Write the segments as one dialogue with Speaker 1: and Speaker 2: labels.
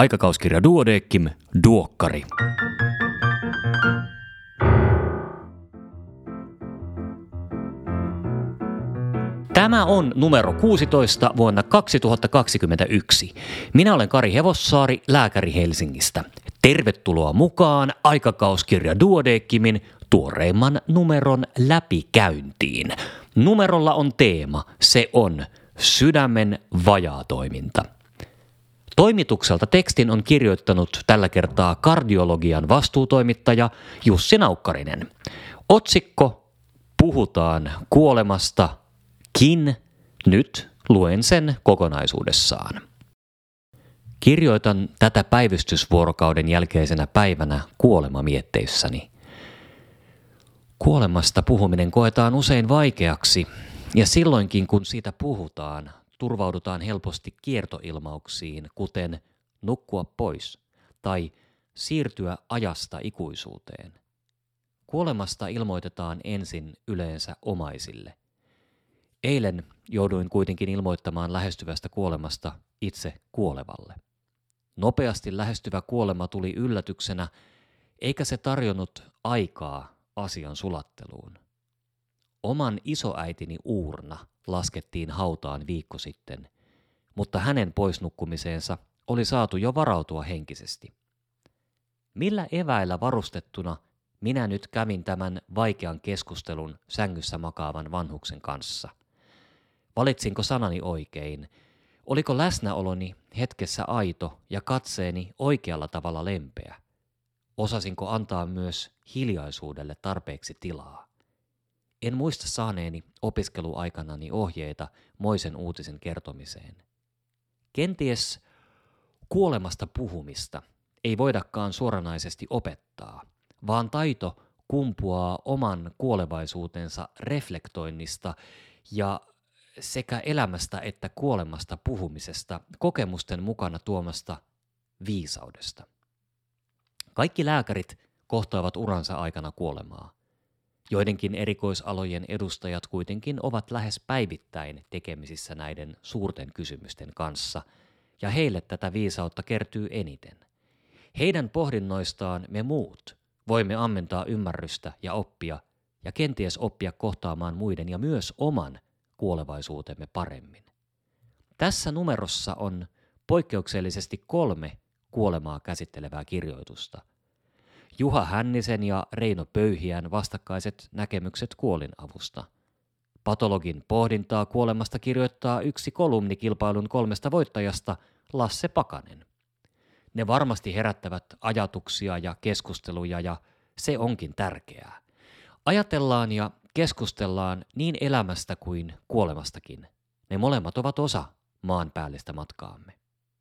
Speaker 1: Aikakauskirja Duodeckim, Duokkari. Tämä on numero 16 vuonna 2021. Minä olen Kari Hevossaari, lääkäri Helsingistä. Tervetuloa mukaan Aikakauskirja Duodeckimin tuoreimman numeron läpikäyntiin. Numerolla on teema, se on sydämen vajaatoiminta. Toimitukselta tekstin on kirjoittanut tällä kertaa kardiologian vastuutoimittaja Jussi Naukkarinen. Otsikko: Puhutaan kuolemastakin. Nyt luen sen kokonaisuudessaan. Kirjoitan tätä päivystysvuorokauden jälkeisenä päivänä kuolemamietteissäni. Kuolemasta puhuminen koetaan usein vaikeaksi, ja silloinkin kun siitä puhutaan, turvaudutaan helposti kiertoilmauksiin, kuten nukkua pois tai siirtyä ajasta ikuisuuteen. Kuolemasta ilmoitetaan ensin yleensä omaisille. Eilen jouduin kuitenkin ilmoittamaan lähestyvästä kuolemasta itse kuolevalle. Nopeasti lähestyvä kuolema tuli yllätyksenä, eikä se tarjonnut aikaa asian sulatteluun. Oman isoäitini uurna laskettiin hautaan viikko sitten, mutta hänen poisnukkumiseensa oli saatu jo varautua henkisesti. Millä eväillä varustettuna minä nyt kävin tämän vaikean keskustelun sängyssä makaavan vanhuksen kanssa? Valitsinko sanani oikein? Oliko läsnäoloni hetkessä aito ja katseeni oikealla tavalla lempeä? Osasinko antaa myös hiljaisuudelle tarpeeksi tilaa? En muista saaneeni opiskeluaikanani ohjeita moisen uutisen kertomiseen. Kenties kuolemasta puhumista ei voidakaan suoranaisesti opettaa, vaan taito kumpuaa oman kuolevaisuutensa reflektoinnista ja sekä elämästä että kuolemasta puhumisesta kokemusten mukana tuomasta viisaudesta. Kaikki lääkärit kohtaavat uransa aikana kuolemaa. Joidenkin erikoisalojen edustajat kuitenkin ovat lähes päivittäin tekemisissä näiden suurten kysymysten kanssa, ja heille tätä viisautta kertyy eniten. Heidän pohdinnoistaan me muut voimme ammentaa ymmärrystä ja oppia, ja kenties oppia kohtaamaan muiden ja myös oman kuolevaisuutemme paremmin. Tässä numerossa on poikkeuksellisesti 3 kuolemaa käsittelevää kirjoitusta. Juha Hännisen ja Reino Pöyhiän vastakkaiset näkemykset kuolinavusta. Patologin pohdintaa kuolemasta kirjoittaa yksi kolumnikilpailun 3 voittajasta, Lasse Pakanen. Ne varmasti herättävät ajatuksia ja keskusteluja, ja se onkin tärkeää. Ajatellaan ja keskustellaan niin elämästä kuin kuolemastakin. Ne molemmat ovat osa maanpäällistä matkaamme.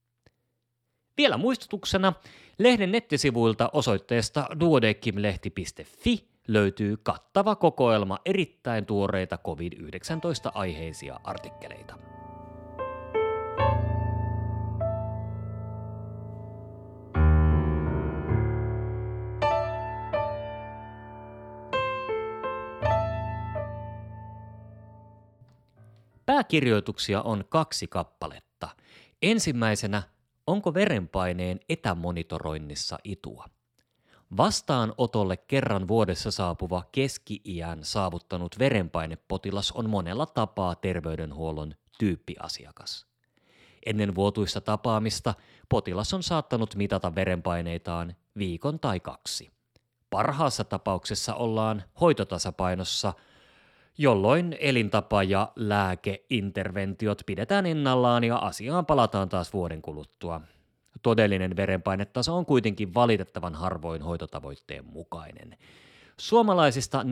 Speaker 1: Vielä muistutuksena, lehden nettisivuilta osoitteesta duodeckimlehti.fi löytyy kattava kokoelma erittäin tuoreita COVID-19-aiheisia artikkeleita. Pääkirjoituksia on 2 kappaletta. Ensimmäisenä: onko verenpaineen etämonitoroinnissa itua? Vastaanotolle kerran vuodessa saapuva keski-iän saavuttanut verenpainepotilas on monella tapaa terveydenhuollon tyyppiasiakas. Ennen vuotuista tapaamista potilas on saattanut mitata verenpaineitaan viikon tai 2. Parhaassa tapauksessa ollaan hoitotasapainossa, jolloin elintapa- ja lääkeinterventiot pidetään ennallaan ja asiaan palataan taas vuoden kuluttua. Todellinen verenpainetaso on kuitenkin valitettavan harvoin hoitotavoitteen mukainen. Suomalaisista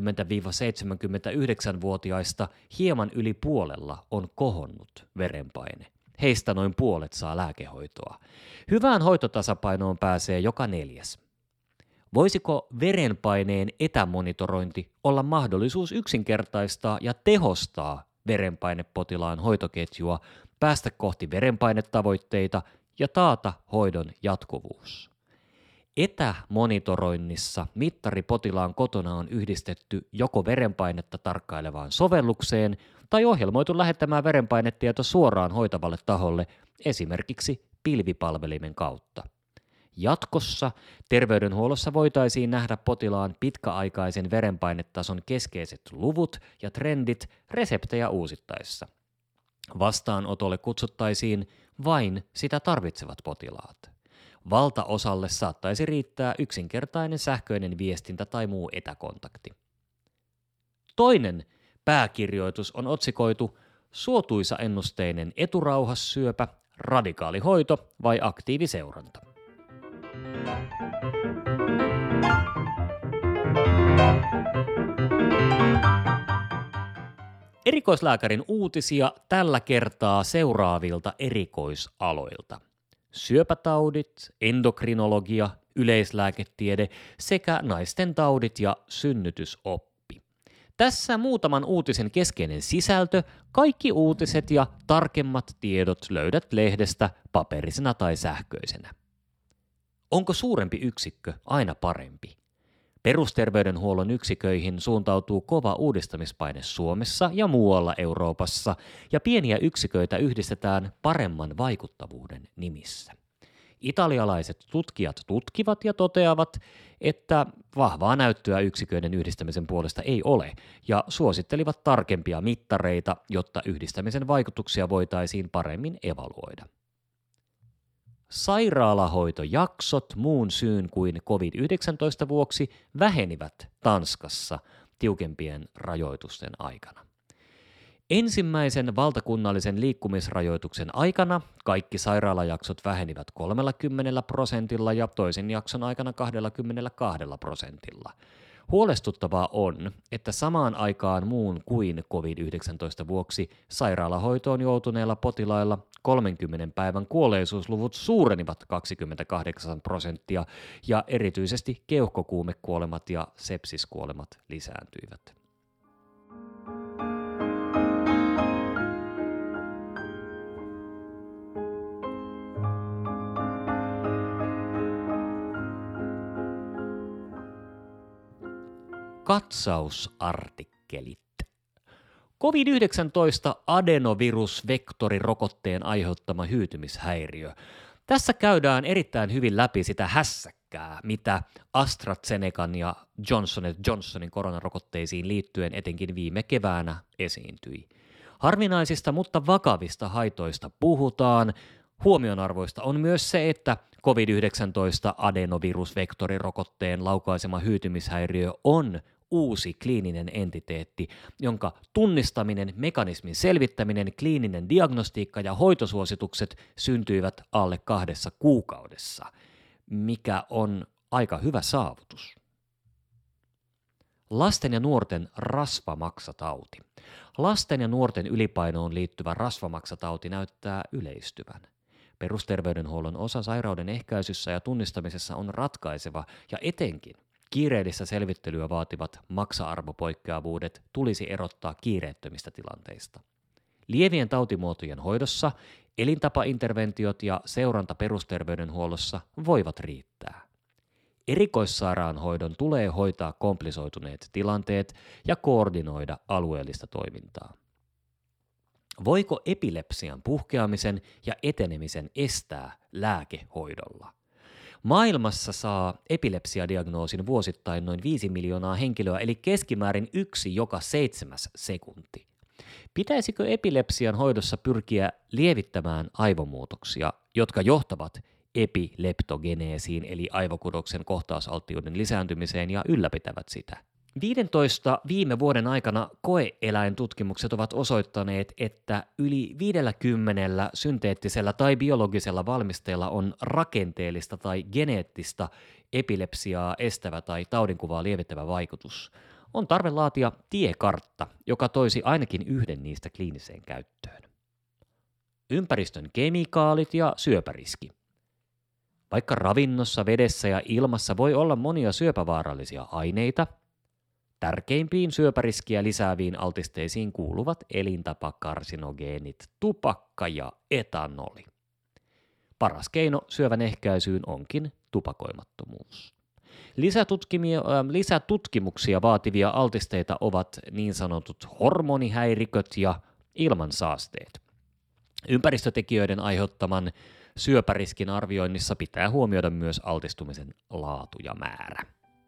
Speaker 1: 40-79-vuotiaista hieman yli puolella on kohonnut verenpaine. Heistä noin puolet saa lääkehoitoa. Hyvään hoitotasapainoon pääsee joka 4. Voisiko verenpaineen etämonitorointi olla mahdollisuus yksinkertaistaa ja tehostaa verenpainepotilaan hoitoketjua, päästä kohti verenpainetavoitteita ja taata hoidon jatkuvuus? Etämonitoroinnissa mittari potilaan kotona on yhdistetty joko verenpainetta tarkkailevaan sovellukseen tai ohjelmoitu lähettämään verenpainetieto suoraan hoitavalle taholle, esimerkiksi pilvipalvelimen kautta. Jatkossa terveydenhuollossa voitaisiin nähdä potilaan pitkäaikaisen verenpainetason keskeiset luvut ja trendit reseptejä uusittaessa. Vastaanotolle kutsuttaisiin vain sitä tarvitsevat potilaat. Valtaosalle saattaisi riittää yksinkertainen sähköinen viestintä tai muu etäkontakti. Toinen pääkirjoitus on otsikoitu suotuisa ennusteinen eturauhassyöpä, radikaali hoito vai aktiiviseuranta. Erikoislääkärin uutisia tällä kertaa seuraavilta erikoisaloilta. Syöpätaudit, endokrinologia, yleislääketiede sekä naisten taudit ja synnytysoppi. Tässä muutaman uutisen keskeinen sisältö, kaikki uutiset ja tarkemmat tiedot löydät lehdestä paperisena tai sähköisenä. Onko suurempi yksikkö aina parempi? Perusterveydenhuollon yksiköihin suuntautuu kova uudistamispaine Suomessa ja muualla Euroopassa, ja pieniä yksiköitä yhdistetään paremman vaikuttavuuden nimissä. Italialaiset tutkijat tutkivat ja toteavat, että vahvaa näyttöä yksiköiden yhdistämisen puolesta ei ole, ja suosittelivat tarkempia mittareita, jotta yhdistämisen vaikutuksia voitaisiin paremmin evaluoida. Sairaalahoitojaksot muun syyn kuin COVID-19 vuoksi vähenivät Tanskassa tiukempien rajoitusten aikana. Ensimmäisen valtakunnallisen liikkumisrajoituksen aikana kaikki sairaalajaksot vähenivät 30% ja toisen jakson aikana 22%. Huolestuttavaa on, että samaan aikaan muun kuin COVID-19 vuoksi sairaalahoitoon joutuneilla potilailla 30 päivän kuolleisuusluvut suurenivat 28% ja erityisesti keuhkokuumekuolemat ja sepsiskuolemat lisääntyivät. Katsausartikkelit. COVID-19 adenovirusvektorirokotteen aiheuttama hyytymishäiriö. Tässä käydään erittäin hyvin läpi sitä hässäkkää, mitä AstraZenecan ja Johnson & Johnsonin koronarokotteisiin liittyen etenkin viime keväänä esiintyi. Harvinaisista, mutta vakavista haitoista puhutaan. Huomionarvoista on myös se, että COVID-19 adenovirusvektorirokotteen laukaisema hyytymishäiriö on uusi kliininen entiteetti, jonka tunnistaminen, mekanismin selvittäminen, kliininen diagnostiikka ja hoitosuositukset syntyivät alle 2 kuukaudessa, mikä on aika hyvä saavutus. Lasten ja nuorten rasvamaksatauti. Lasten ja nuorten ylipainoon liittyvä rasvamaksatauti näyttää yleistyvän. Perusterveydenhuollon osa sairauden ehkäisyssä ja tunnistamisessa on ratkaiseva ja etenkin kiireellistä selvittelyä vaativat maksa-arvopoikkeavuudet tulisi erottaa kiireettömistä tilanteista. Lievien tautimuotojen hoidossa elintapainterventiot ja seuranta perusterveydenhuollossa voivat riittää. Erikoissairaanhoidon tulee hoitaa komplisoituneet tilanteet ja koordinoida alueellista toimintaa. Voiko epilepsian puhkeamisen ja etenemisen estää lääkehoidolla? Maailmassa saa epilepsiadiagnoosin vuosittain noin 5 miljoonaa henkilöä, eli keskimäärin 1 joka 7 sekunti. Pitäisikö epilepsian hoidossa pyrkiä lievittämään aivomuutoksia, jotka johtavat epileptogeneesiin eli aivokudoksen kohtausalttiuden lisääntymiseen ja ylläpitävät sitä? 15 viime vuoden aikana koe-eläintutkimukset ovat osoittaneet, että yli 50 synteettisellä tai biologisella valmisteella on rakenteellista tai geneettistä epilepsiaa estävä tai taudinkuvaa lievittävä vaikutus. On tarve laatia tiekartta, joka toisi ainakin yhden niistä kliiniseen käyttöön. Ympäristön kemikaalit ja syöpäriski. Vaikka ravinnossa, vedessä ja ilmassa voi olla monia syöpävaarallisia aineita, tärkeimpiin syöpäriskiä lisääviin altisteisiin kuuluvat elintapakarsinogeenit, tupakka ja etanoli. Paras keino syövän ehkäisyyn onkin tupakoimattomuus. Lisätutkimuksia vaativia altisteita ovat niin sanotut hormonihäiriköt ja ilmansaasteet. Ympäristötekijöiden aiheuttaman Syöpäriskin arvioinnissa pitää huomioida myös altistumisen laatu ja määrä.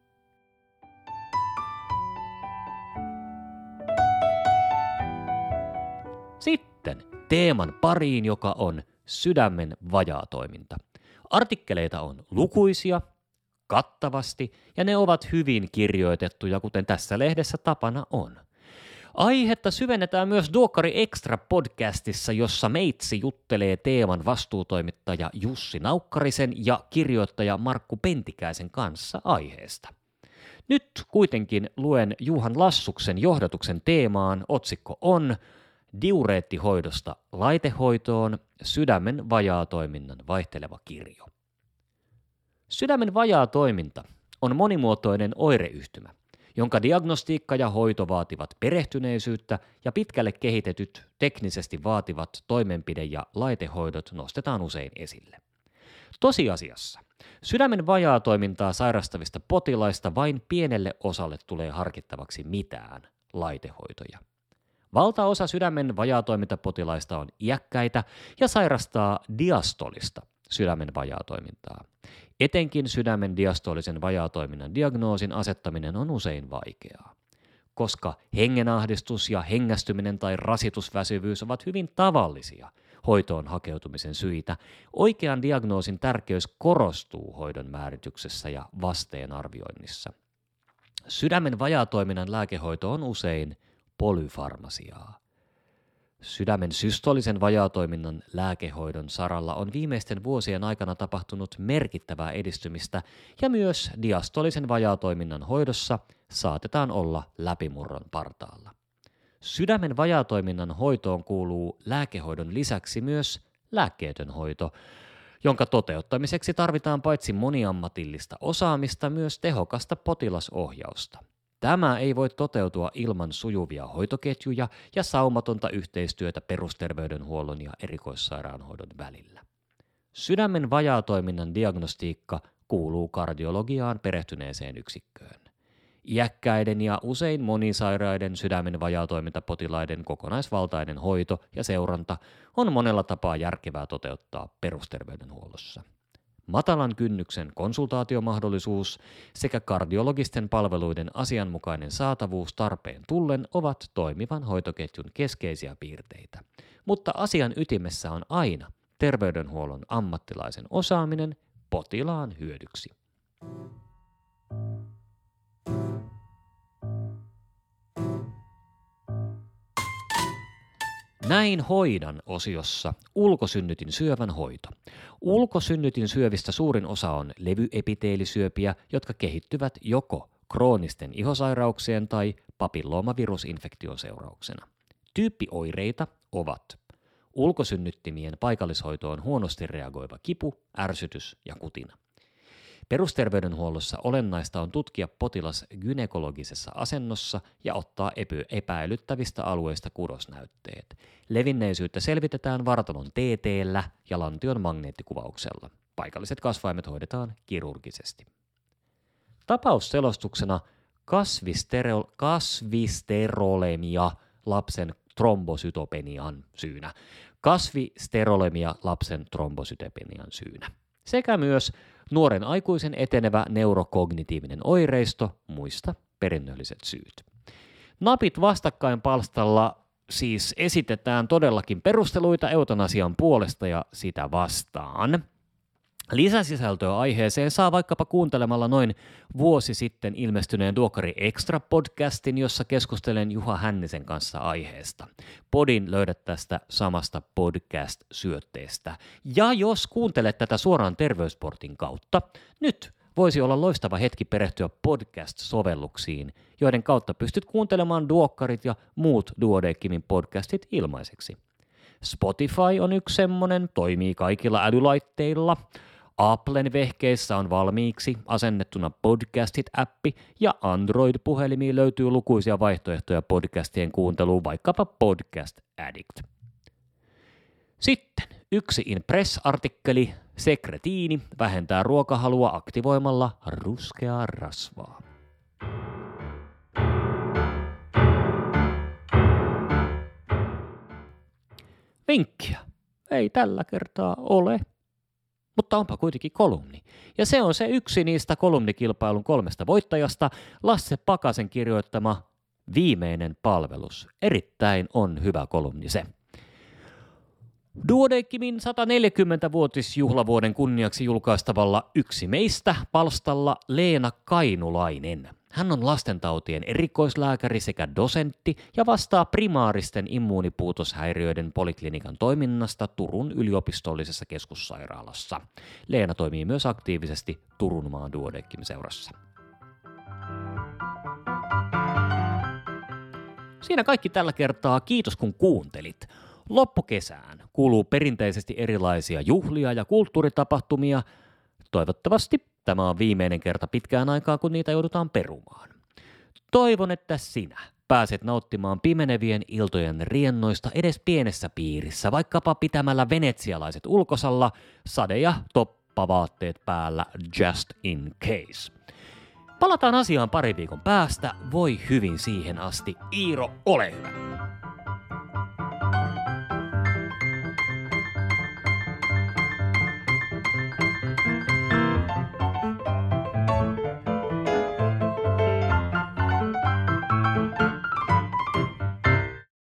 Speaker 1: Sitten teeman pariin, joka on sydämen vajaatoiminta. Artikkeleita on lukuisia, kattavasti, ja ne ovat hyvin kirjoitettuja, kuten tässä lehdessä tapana on. Aihetta syvennetään myös Duokkari Extra podcastissa, jossa meitsi juttelee teeman vastuutoimittaja Jussi Naukkarisen ja kirjoittaja Markku Pentikäisen kanssa aiheesta. Nyt kuitenkin luen Juhan Lassuksen johdatuksen teemaan. Otsikko on Diureettihoidosta laitehoitoon, sydämen vajaatoiminnan vaihteleva kirjo. Sydämen vajaatoiminta on monimuotoinen oireyhtymä, jonka diagnostiikka ja hoito vaativat perehtyneisyyttä ja pitkälle kehitetyt teknisesti vaativat toimenpide- ja laitehoidot nostetaan usein esille. Tosiasiassa sydämen vajaatoimintaa sairastavista potilaista vain pienelle osalle tulee harkittavaksi mitään laitehoitoja. Valtaosa sydämen vajaatoimintapotilaista on iäkkäitä ja sairastaa diastolista sydämen vajaatoimintaa. Etenkin sydämen diastolisen vajaatoiminnan diagnoosin asettaminen on usein vaikeaa, koska hengenahdistus ja hengästyminen tai rasitusväsyvyys ovat hyvin tavallisia hoitoon hakeutumisen syitä. Oikean diagnoosin tärkeys korostuu hoidon määrityksessä ja vasteen arvioinnissa. Sydämen vajaatoiminnan lääkehoito on usein polyfarmasiaa. Sydämen systolisen vajaatoiminnan lääkehoidon saralla on viimeisten vuosien aikana tapahtunut merkittävää edistymistä ja myös diastolisen vajaatoiminnan hoidossa saatetaan olla läpimurron partaalla. Sydämen vajaatoiminnan hoitoon kuuluu lääkehoidon lisäksi myös lääkkeetön hoito, jonka toteuttamiseksi tarvitaan paitsi moniammatillista osaamista myös tehokasta potilasohjausta. Tämä ei voi toteutua ilman sujuvia hoitoketjuja ja saumatonta yhteistyötä perusterveydenhuollon ja erikoissairaanhoidon välillä. Sydämen vajaatoiminnan diagnostiikka kuuluu kardiologiaan perehtyneeseen yksikköön. Iäkkäiden ja usein monisairaiden sydämen vajaatoimintapotilaiden kokonaisvaltainen hoito ja seuranta on monella tapaa järkevää toteuttaa perusterveydenhuollossa. Matalan kynnyksen konsultaatiomahdollisuus sekä kardiologisten palveluiden asianmukainen saatavuus tarpeen tullen ovat toimivan hoitoketjun keskeisiä piirteitä, mutta asian ytimessä on aina terveydenhuollon ammattilaisen osaaminen potilaan hyödyksi. Näin hoidan osiossa ulkosynnytin syövän hoito. Ulkosynnytin syövistä suurin osa on levyepiteelisyöpiä, jotka kehittyvät joko kroonisten ihosairauksien tai papilloomavirusinfektion seurauksena. Tyyppioireita ovat ulkosynnyttimien paikallishoitoon huonosti reagoiva kipu, ärsytys ja kutina. Perusterveydenhuollossa olennaista on tutkia potilas gynekologisessa asennossa ja ottaa epäilyttävistä alueista kudosnäytteet. Levinneisyyttä selvitetään vartalon TT:llä ja lantion magneettikuvauksella. Paikalliset kasvaimet hoidetaan kirurgisesti. Tapausselostuksena kasvisterolemia lapsen trombosytopenian syynä. Kasvisterolemia lapsen trombosytopenian syynä. Sekä myös nuoren aikuisen etenevä neurokognitiivinen oireisto, muista perinnölliset syyt. Napit vastakkain palstalla siis esitetään todellakin perusteluita eutanasian puolesta ja sitä vastaan. Lisäsisältöä aiheeseen saa vaikkapa kuuntelemalla noin vuosi sitten ilmestyneen Duokkari Extra podcastin, jossa keskustelen Juha Hännisen kanssa aiheesta. Podin löydät tästä samasta podcast-syötteestä. Ja jos kuuntelet tätä suoraan Terveysportin kautta, nyt voisi olla loistava hetki perehtyä podcast-sovelluksiin, joiden kautta pystyt kuuntelemaan Duokkarit ja muut Duodeckimin podcastit ilmaiseksi. Spotify on yksi semmonen, toimii kaikilla älylaitteilla. Applen vehkeissä on valmiiksi asennettuna Podcastit-appi ja Android-puhelimiin löytyy lukuisia vaihtoehtoja podcastien kuunteluun, vaikkapa Podcast Addict. Sitten yksi Impress-artikkeli, Sekretiini vähentää ruokahalua aktivoimalla ruskeaa rasvaa. Vinkkiä ei tällä kertaa ole. Mutta onpa kuitenkin kolumni. Ja se on se yksi niistä kolumnikilpailun 3 voittajasta, Lasse Pakasen kirjoittama Viimeinen palvelus. Erittäin on hyvä kolumni se. Duodecimin 140-vuotisjuhlavuoden kunniaksi julkaistavalla Yksi meistä -palstalla Leena Kainulainen. Hän on lastentautien erikoislääkäri sekä dosentti ja vastaa primaaristen immuunipuutoshäiriöiden poliklinikan toiminnasta Turun yliopistollisessa keskussairaalassa. Leena toimii myös aktiivisesti Turunmaan Duodecim-seurassa. Siinä kaikki tällä kertaa. Kiitos kun kuuntelit. Loppukesään kuuluu perinteisesti erilaisia juhlia ja kulttuuritapahtumia. Toivottavasti tämä on viimeinen kerta pitkään aikaa, kun niitä joudutaan perumaan. Toivon, että sinä pääset nauttimaan pimenevien iltojen riennoista edes pienessä piirissä, vaikkapa pitämällä venetsialaiset ulkosalla, sade- ja toppavaatteet päällä just in case. Palataan asiaan pari viikon päästä. Voi hyvin siihen asti. Iiro, ole hyvä!